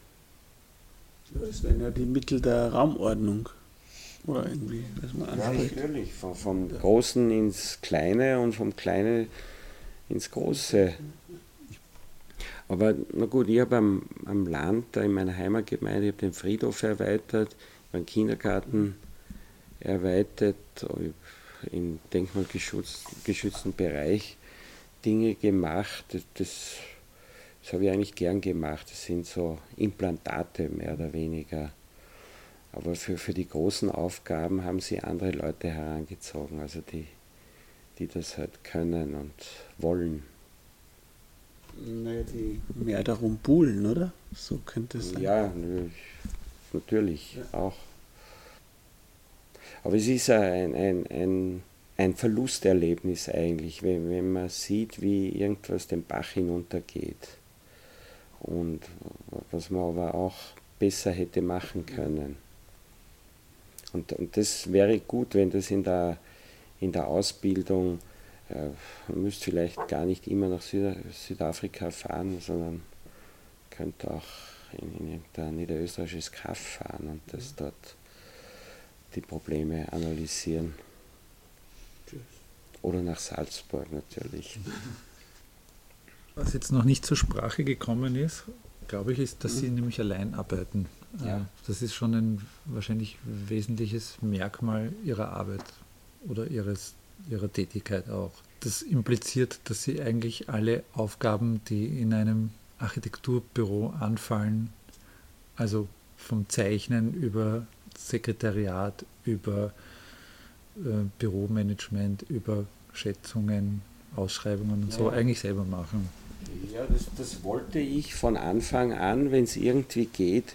S3: Das wären ja die Mittel der Raumordnung. Oder irgendwie, was man anspricht.
S2: Ja, natürlich. Vom Großen ins Kleine und vom Kleinen ins Große. Aber na gut, ich habe am Land, da in meiner Heimatgemeinde, ich habe den Friedhof erweitert, meinen Kindergarten erweitert, im denkmalgeschützten Bereich Dinge gemacht. Das habe ich eigentlich gern gemacht. Das sind so Implantate mehr oder weniger. Aber für die großen Aufgaben haben sie andere Leute herangezogen, also die das halt können und wollen.
S3: Naja, die mehr darum buhlen, oder? So könnte es sein.
S2: Ja, natürlich auch. Aber es ist ein Verlusterlebnis eigentlich, wenn man sieht, wie irgendwas den Bach hinuntergeht. Und was man aber auch besser hätte machen können. Und das wäre gut, wenn das in der Ausbildung, man müsste vielleicht gar nicht immer nach Südafrika fahren, sondern könnte auch in irgendein niederösterreichisches Kaff fahren und das dort die Probleme analysieren. Oder nach Salzburg natürlich.
S1: Was jetzt noch nicht zur Sprache gekommen ist, glaube ich, ist, dass Sie nämlich allein arbeiten.
S2: Ja.
S1: Das ist schon ein wahrscheinlich wesentliches Merkmal Ihrer Arbeit oder Ihrer Tätigkeit auch. Das impliziert, dass Sie eigentlich alle Aufgaben, die in einem Architekturbüro anfallen, also vom Zeichnen über Sekretariat, über Büromanagement, über Schätzungen, Ausschreibungen und so, eigentlich selber machen.
S2: Ja, das wollte ich von Anfang an, wenn es irgendwie geht,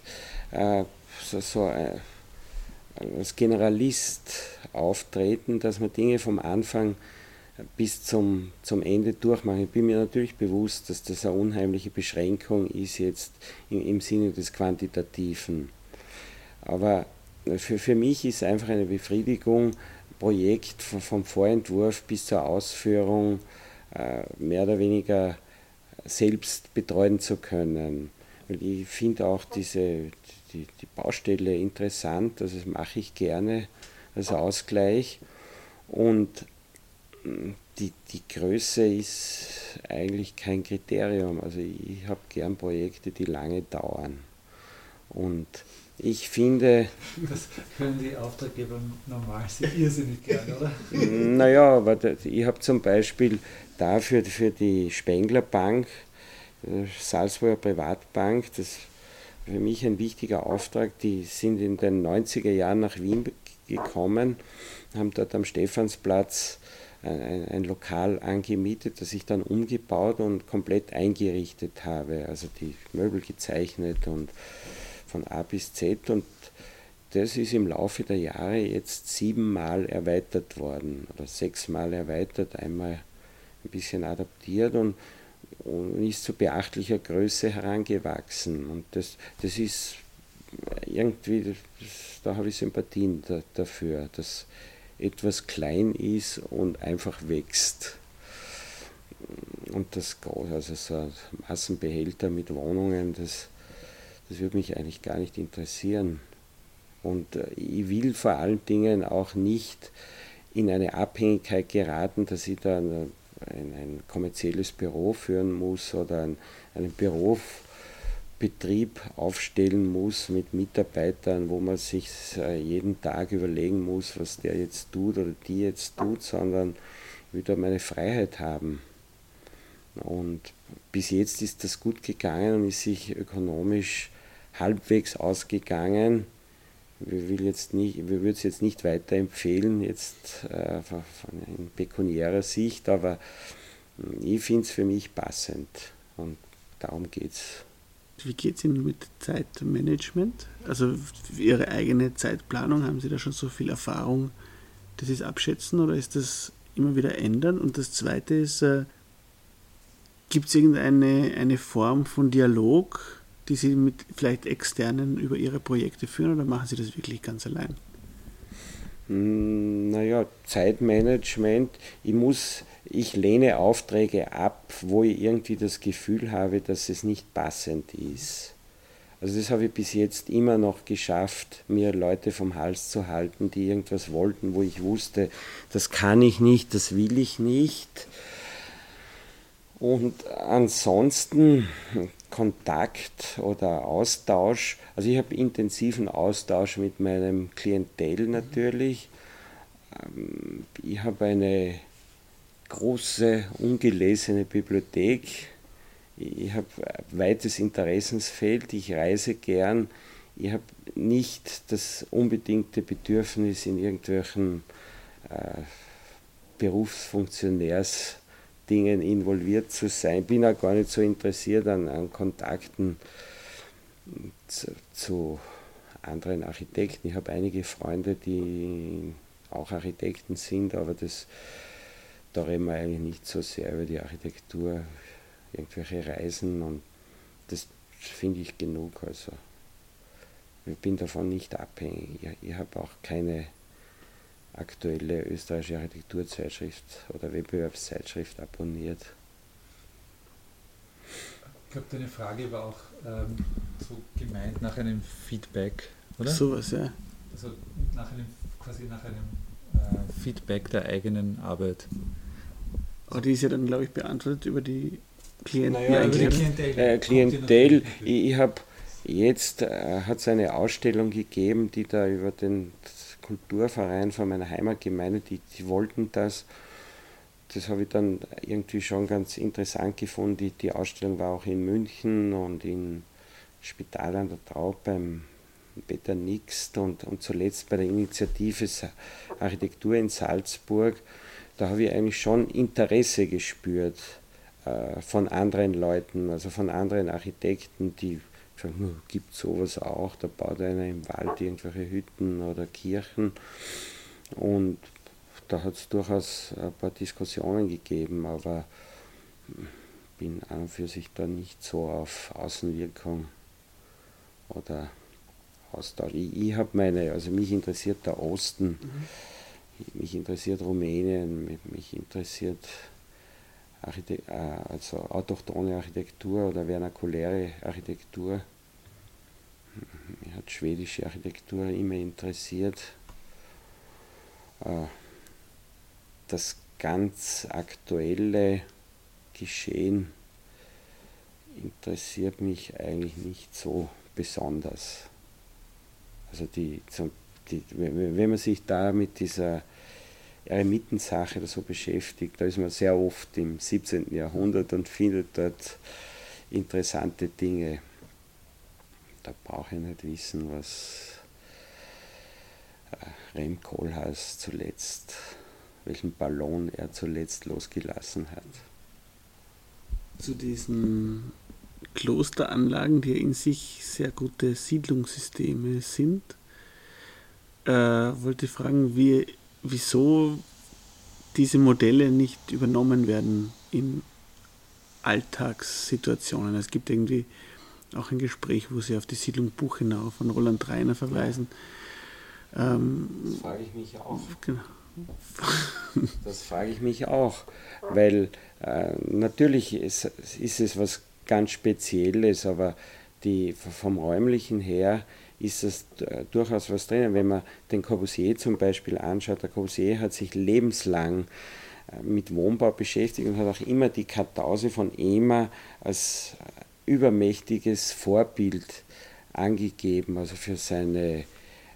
S2: als Generalist auftreten, dass man Dinge vom Anfang bis zum Ende durchmachen. Ich bin mir natürlich bewusst, dass das eine unheimliche Beschränkung ist jetzt im Sinne des Quantitativen. Aber für mich ist einfach eine Befriedigung, Projekt vom Vorentwurf bis zur Ausführung mehr oder weniger selbst betreuen zu können. Weil ich finde auch die Baustelle interessant, also das mache ich gerne als Ausgleich. Und die Größe ist eigentlich kein Kriterium. Also ich habe gern Projekte, die lange dauern. Und ich finde...
S1: Das können die Auftraggeber normal sehr irrsinnig gern, oder?
S2: Naja, aber ich habe zum Beispiel dafür für die Spengler Bank, Salzburger Privatbank, das ist für mich ein wichtiger Auftrag. Die sind in den 90er Jahren nach Wien gekommen, haben dort am Stephansplatz ein Lokal angemietet, das ich dann umgebaut und komplett eingerichtet habe. Also die Möbel gezeichnet und von A bis Z, und das ist im Laufe der Jahre jetzt 7-mal erweitert worden oder 6-mal erweitert, einmal ein bisschen adaptiert und ist zu beachtlicher Größe herangewachsen. Und das ist irgendwie, da habe ich Sympathien dafür, dass etwas klein ist und einfach wächst. Und das groß, also so ein Massenbehälter mit Wohnungen, das würde mich eigentlich gar nicht interessieren. Und ich will vor allen Dingen auch nicht in eine Abhängigkeit geraten, dass ich da ein kommerzielles Büro führen muss oder einen Bürobetrieb aufstellen muss mit Mitarbeitern, wo man sich jeden Tag überlegen muss, was der jetzt tut oder die jetzt tut, sondern ich will da meine Freiheit haben. Und bis jetzt ist das gut gegangen und ist sich ökonomisch halbwegs ausgegangen. Wir würden es jetzt nicht weiterempfehlen, jetzt in pekuniärer Sicht, aber ich finde es für mich passend und darum geht es.
S3: Wie geht es Ihnen mit Zeitmanagement? Also für Ihre eigene Zeitplanung, haben Sie da schon so viel Erfahrung, dass Sie es abschätzen, oder ist das immer wieder ändern? Und das Zweite ist, gibt es irgendeine Form von Dialog, die Sie mit vielleicht Externen über Ihre Projekte führen, oder machen Sie das wirklich ganz allein?
S2: Naja, Zeitmanagement, ich lehne Aufträge ab, wo ich irgendwie das Gefühl habe, dass es nicht passend ist. Also das habe ich bis jetzt immer noch geschafft, mir Leute vom Hals zu halten, die irgendwas wollten, wo ich wusste, das kann ich nicht, das will ich nicht. Und ansonsten Kontakt oder Austausch, also ich habe intensiven Austausch mit meinem Klientel natürlich. Ich habe eine große, ungelesene Bibliothek. Ich habe ein weites Interessensfeld, ich reise gern. Ich habe nicht das unbedingte Bedürfnis, in irgendwelchen Berufsfunktionärsdingen involviert zu sein. Bin auch gar nicht so interessiert an Kontakten zu anderen Architekten. Ich habe einige Freunde, die auch Architekten sind, aber da reden wir eigentlich nicht so sehr über die Architektur, irgendwelche Reisen, und das finde ich genug. Also ich bin davon nicht abhängig. Ich habe auch keine aktuelle österreichische Architekturzeitschrift oder Wettbewerbszeitschrift abonniert.
S1: Ich glaube, deine Frage war auch so gemeint nach einem Feedback, oder?
S3: Sowas, ja.
S1: Also nach einem Feedback der eigenen Arbeit.
S3: Aber die ist ja dann, glaube ich, beantwortet über die Klienten.
S2: Naja,
S3: über die
S2: Klientel. Ich habe jetzt, hat es eine Ausstellung gegeben, die da über den Kulturverein von meiner Heimatgemeinde, die wollten das. Das habe ich dann irgendwie schon ganz interessant gefunden. Die Ausstellung war auch in München und in Spital an der Traub beim Peter Nixt und zuletzt bei der Initiative Architektur in Salzburg. Da habe ich eigentlich schon Interesse gespürt von anderen Leuten, also von anderen Architekten, die sagen, gibt es sowas auch, da baut einer im Wald irgendwelche Hütten oder Kirchen. Und da hat es durchaus ein paar Diskussionen gegeben, aber bin an und für sich da nicht so auf Außenwirkung oder Austausch. Ich habe also mich interessiert der Osten, mich interessiert Rumänien, mich interessiert also autochthone Architektur oder vernakuläre Architektur. Mich hat schwedische Architektur immer interessiert. Das ganz aktuelle Geschehen interessiert mich eigentlich nicht so besonders. Also wenn man sich da mit dieser Eremitensache oder so beschäftigt, da ist man sehr oft im 17. Jahrhundert und findet dort interessante Dinge. Da brauche ich nicht wissen, was Rem Koolhaas zuletzt, welchen Ballon er zuletzt losgelassen hat.
S3: Zu diesen Klosteranlagen, die in sich sehr gute Siedlungssysteme sind, wollte ich fragen, wieso diese Modelle nicht übernommen werden in Alltagssituationen. Es gibt irgendwie auch ein Gespräch, wo sie auf die Siedlung Buchenau von Roland Reiner verweisen.
S2: Das frage ich mich auch.
S3: Genau.
S2: Das frage ich mich auch, weil natürlich ist es was ganz Spezielles, aber vom Räumlichen her ist das durchaus was drin. Wenn man den Corbusier zum Beispiel anschaut, der Corbusier hat sich lebenslang mit Wohnbau beschäftigt und hat auch immer die Kartause von Ehmer als übermächtiges Vorbild angegeben, also für seine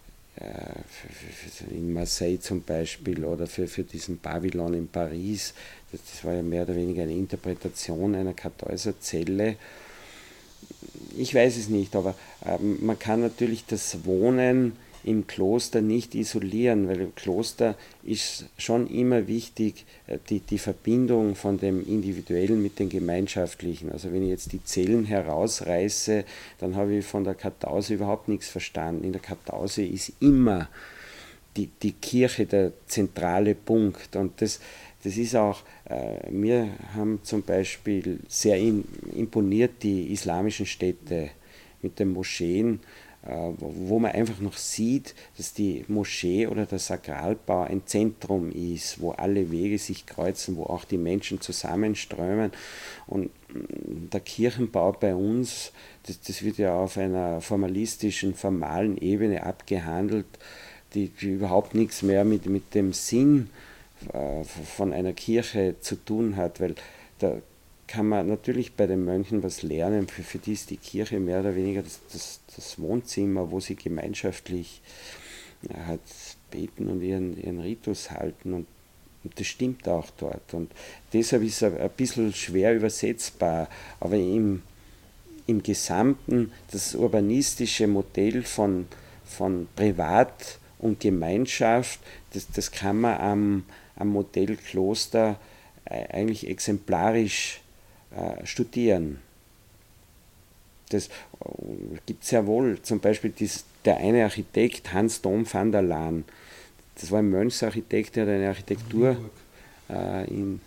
S2: in Marseille zum Beispiel oder für diesen Pavillon in Paris. Das war ja mehr oder weniger eine Interpretation einer Kartäuserzelle. Ich weiß es nicht, aber man kann natürlich das Wohnen im Kloster nicht isolieren, weil im Kloster ist schon immer wichtig die Verbindung von dem Individuellen mit dem Gemeinschaftlichen. Also wenn ich jetzt die Zellen herausreiße, dann habe ich von der Kartause überhaupt nichts verstanden. In der Kartause ist immer die Kirche der zentrale Punkt, und das ist auch, mir haben zum Beispiel sehr imponiert die islamischen Städte mit den Moscheen, wo man einfach noch sieht, dass die Moschee oder der Sakralbau ein Zentrum ist, wo alle Wege sich kreuzen, wo auch die Menschen zusammenströmen. Und der Kirchenbau bei uns, das wird ja auf einer formalistischen, formalen Ebene abgehandelt, die überhaupt nichts mehr mit dem Sinn von einer Kirche zu tun hat, weil kann man natürlich bei den Mönchen was lernen. Für die ist die Kirche mehr oder weniger das Wohnzimmer, wo sie gemeinschaftlich halt beten und ihren Ritus halten. Und das stimmt auch dort. Und deshalb ist es ein bisschen schwer übersetzbar. Aber im Gesamten das urbanistische Modell von Privat und Gemeinschaft, das kann man am Modell Kloster eigentlich exemplarisch studieren. Das gibt es ja wohl, zum Beispiel der eine Architekt, Hans Dom van der Laan, das war ein Mönchsarchitekt, der hat eine Architektur in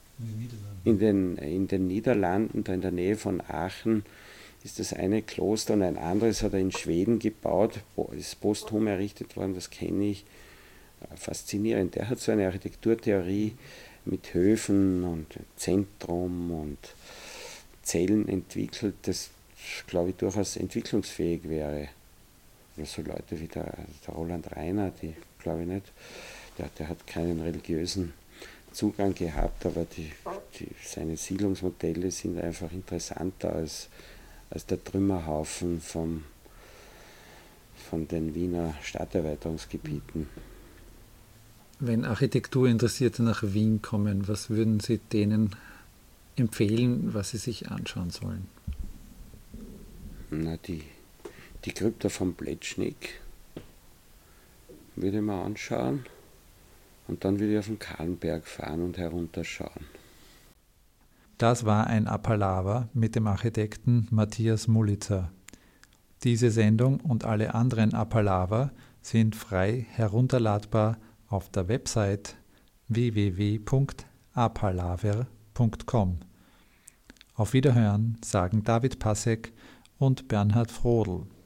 S2: den Niederlanden, da in der Nähe von Aachen, ist das eine Kloster und ein anderes hat er in Schweden gebaut, ist posthum errichtet worden, das kenne ich. Faszinierend. Der hat so eine Architekturtheorie mit Höfen und Zentrum und Zellen entwickelt, das, glaube ich, durchaus entwicklungsfähig wäre. Oder so Leute wie der Roland Rainer, die glaube ich nicht, der hat keinen religiösen Zugang gehabt, aber seine Siedlungsmodelle sind einfach interessanter als der Trümmerhaufen von den Wiener Stadterweiterungsgebieten.
S1: Wenn Architekturinteressierte nach Wien kommen, was würden Sie denen empfehlen, was sie sich anschauen sollen?
S2: Na, die Krypta von Pletschnik würde ich mir anschauen und dann würde ich auf den Kahlenberg fahren und herunterschauen.
S1: Das war ein Apalava mit dem Architekten Matthias Mulitzer. Diese Sendung und alle anderen Apalava sind frei herunterladbar auf der Website www.apalaver.com. Auf Wiederhören sagen David Passek und Bernhard Frodl.